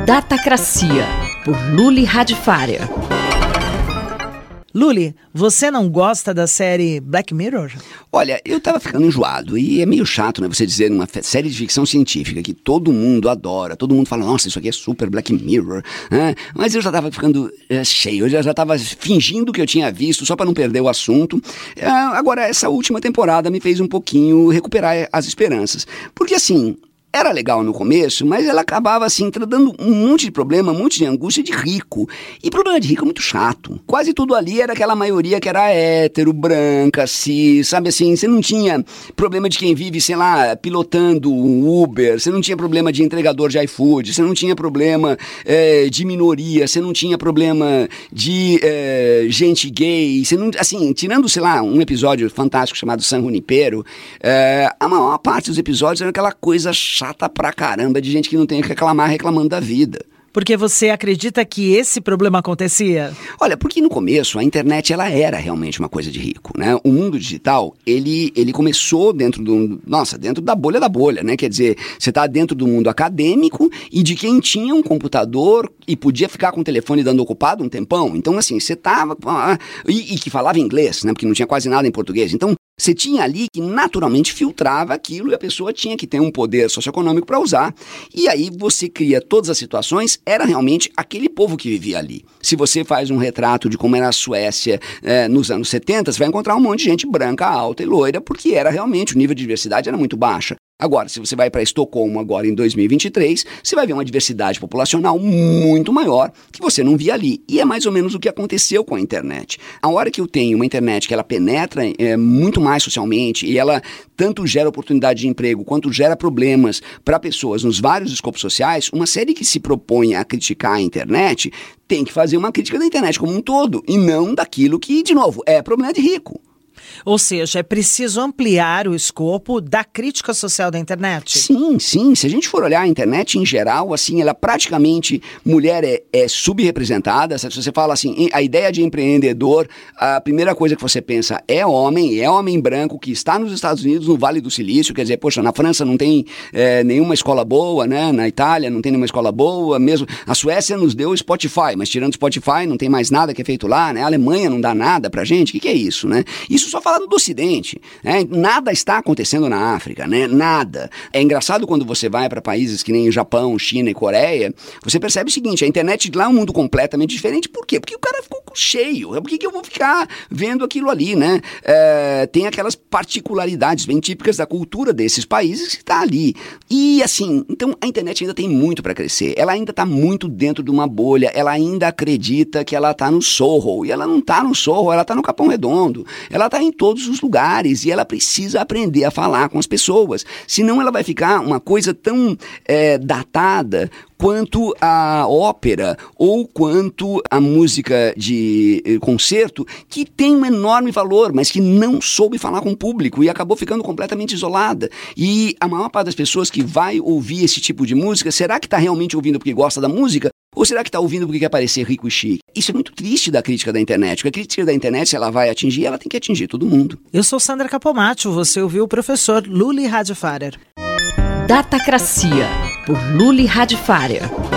Datacracia, por Luli Radifária. Luli, você não gosta da série Black Mirror? Olha, eu tava ficando enjoado e é meio chato, né, você dizer numa série de ficção científica que todo mundo adora, todo mundo fala, nossa, isso aqui é super Black Mirror, né? Mas eu já tava ficando cheio, eu já tava fingindo que eu tinha visto só para não perder o assunto. Agora, essa última temporada me fez um pouquinho recuperar as esperanças, porque assim... Era legal no começo, mas ela acabava assim, dando um monte de problema, um monte de angústia de rico. E problema de rico é muito chato. Quase tudo ali era aquela maioria que era hétero, branca, cis, sabe assim? Você não tinha problema de quem vive, sei lá, pilotando um Uber, você não tinha problema de entregador de iFood, você não tinha problema de minoria, você não tinha problema de gente gay, você não, assim, tirando, sei lá, um episódio fantástico chamado San Junipero, a maior parte dos episódios era aquela coisa chata pra caramba de gente que não tem que reclamar reclamando da vida. Porque você acredita que esse problema acontecia? Olha, porque no começo a internet ela era realmente uma coisa de rico, né? O mundo digital, ele começou dentro da bolha, né? Quer dizer, você tá dentro do mundo acadêmico e de quem tinha um computador e podia ficar com o telefone dando ocupado um tempão. Então, assim, você tava... E que falava inglês, né? Porque não tinha quase nada em português. Então, você tinha ali que naturalmente filtrava aquilo e a pessoa tinha que ter um poder socioeconômico para usar. E aí você cria todas as situações, era realmente aquele povo que vivia ali. Se você faz um retrato de como era a Suécia nos anos 70, você vai encontrar um monte de gente branca, alta e loira, porque era realmente, o nível de diversidade era muito baixa. Agora, se você vai para Estocolmo agora em 2023, você vai ver uma diversidade populacional muito maior que você não via ali. E é mais ou menos o que aconteceu com a internet. A hora que eu tenho uma internet que ela penetra muito mais socialmente e ela tanto gera oportunidade de emprego quanto gera problemas para pessoas nos vários escopos sociais, uma série que se propõe a criticar a internet tem que fazer uma crítica da internet como um todo e não daquilo que, de novo, é problema de rico. Ou seja, é preciso ampliar o escopo da crítica social da internet? Sim, sim. Se a gente for olhar a internet em geral, assim, ela praticamente, mulher é subrepresentada. Se você fala assim, a ideia de empreendedor, a primeira coisa que você pensa é homem branco que está nos Estados Unidos, no Vale do Silício, quer dizer, poxa, na França não tem nenhuma escola boa, né? Na Itália não tem nenhuma escola boa, mesmo a Suécia nos deu Spotify, mas tirando Spotify não tem mais nada que é feito lá, né? A Alemanha não dá nada pra gente, o que é isso, né? Isso só falando do Ocidente, né? Nada está acontecendo na África, né? Nada. É engraçado quando você vai para países que nem Japão, China e Coreia, você percebe o seguinte, a internet lá é um mundo completamente diferente. Por quê? Porque o cara ficou cheio. Por que eu vou ficar vendo aquilo ali, né? Tem aquelas particularidades bem típicas da cultura desses países que está ali. E assim, então a internet ainda tem muito para crescer. Ela ainda está muito dentro de uma bolha. Ela ainda acredita que ela está no Sorro. E ela não está no Sorro, ela está no Capão Redondo. Ela está em todos os lugares e ela precisa aprender a falar com as pessoas. Senão ela vai ficar uma coisa tão datada quanto a ópera ou quanto a música de concerto, que tem um enorme valor, mas que não soube falar com o público e acabou ficando completamente isolada. E a maior parte das pessoas que vai ouvir esse tipo de música, será que está realmente ouvindo porque gosta da música? Ou será que está ouvindo porque quer parecer rico e chique? Isso é muito triste da crítica da internet, porque a crítica da internet, se ela vai atingir, ela tem que atingir todo mundo. Eu sou Sandra Capomatto, você ouviu o professor Luli Radifária. Datacracia, por Luli Radifária.